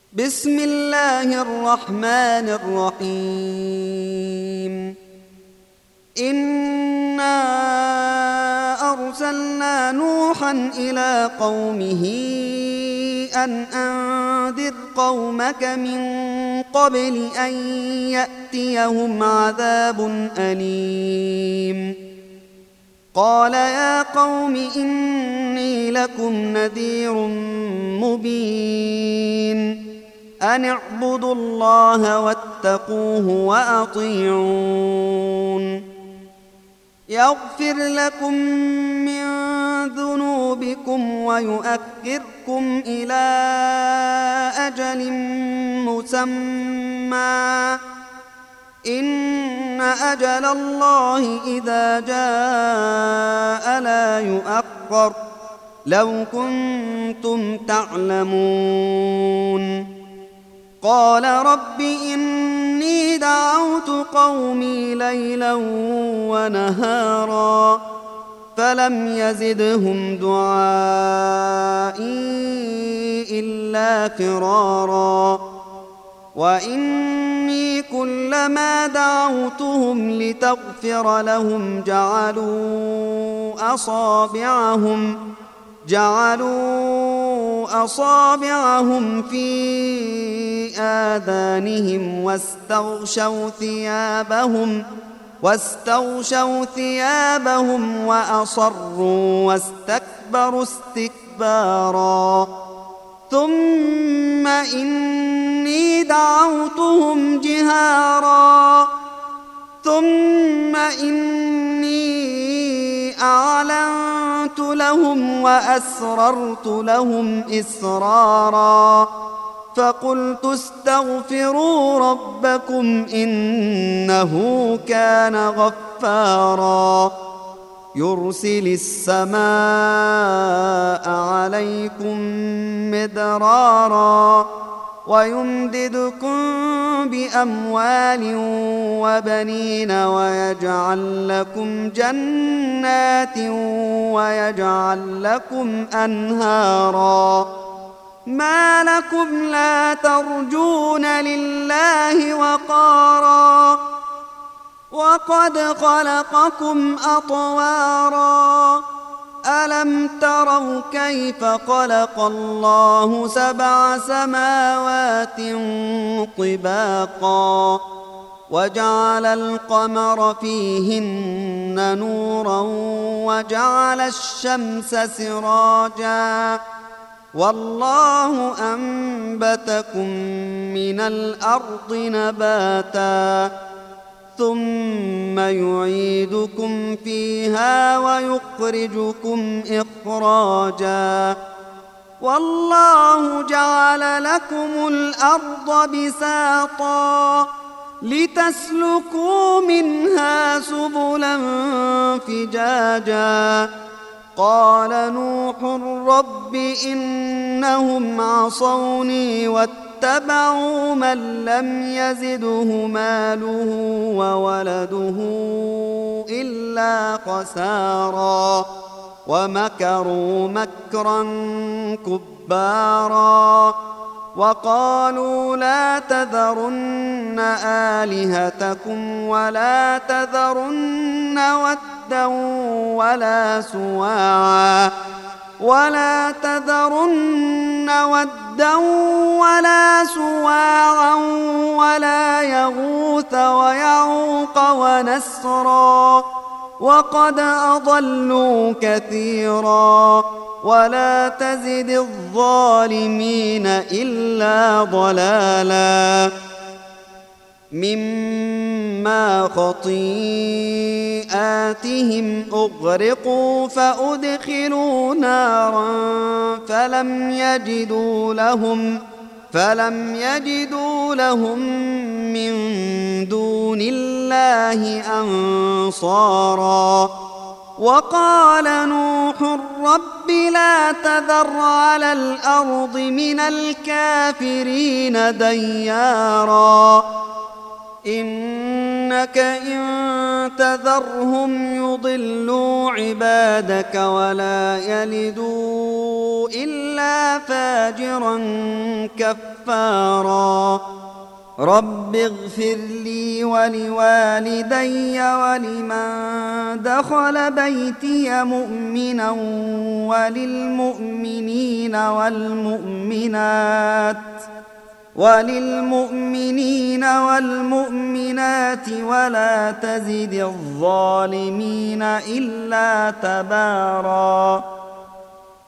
بسم الله الرحمن الرحيم. إنا أرسلنا نوحا إلى قومه أن أنذر قومك من قبل أن يأتيهم عذاب أليم. قال يا قوم إني لكم نذير مبين أن اعبدوا الله واتقوه وأطيعون يغفر لكم من ذنوبكم ويؤخركم إلى أجل مسمى إن أجل الله إذا جاء لا يؤخر لو كنتم تعلمون. قال رب إني دعوت قومي ليلا ونهارا فلم يزدهم دعائي إلا فرارا وإني كلما دعوتهم لتغفر لهم جعلوا أصابعهم في آذانهم واستغشوا ثيابهم وأصروا واستكبروا استكبارا ثم إني دعوتهم جهارا ثم إني أعلنت لهم وأسررت لهم إسرارا فقلت استغفروا ربكم إنه كان غفارا يرسل السماء عليكم مدرارا ويمددكم بأموال وبنين ويجعل لكم جنات ويجعل لكم أنهارا ما لكم لا ترجون لله وقارا وقد خلقكم أطوارا ألم تروا كيف خلق الله 7 سماوات طباقا وجعل القمر فيهن نورا وجعل الشمس سراجا والله أنبتكم من الأرض نباتا ثم يعيدكم فيها ويخرجكم إخراجا والله جعل لكم الأرض بساطا لتسلكوا منها سبلا فجاجا قال نوح رب إنهم عصوني واتبعوا من لم يزده ماله وولده إلا خسارا ومكروا مكرا كبارا وقالوا لا تذرن آلهتكم ولا تذرن ودا ولا سواعا ولا يغوث ويعوق ونسرا وقد أضلوا كثيرا ولا تزد الظالمين إلا ضلالا مما خطيئاتهم أغرقوا فأدخلوا نارا فلم يجدوا لهم من دون الله أنصارا وقال نوح رب لا تذر على الأرض من الكافرين ديارا إنك إن تذرهم يضلوا عبادك ولا يلدوا إلا فاجرا كفارا رب اغفر لي ولوالدي ولمن دخل بيتي مؤمنا وللمؤمنين والمؤمنات ولا تزد الظالمين إلا تباراً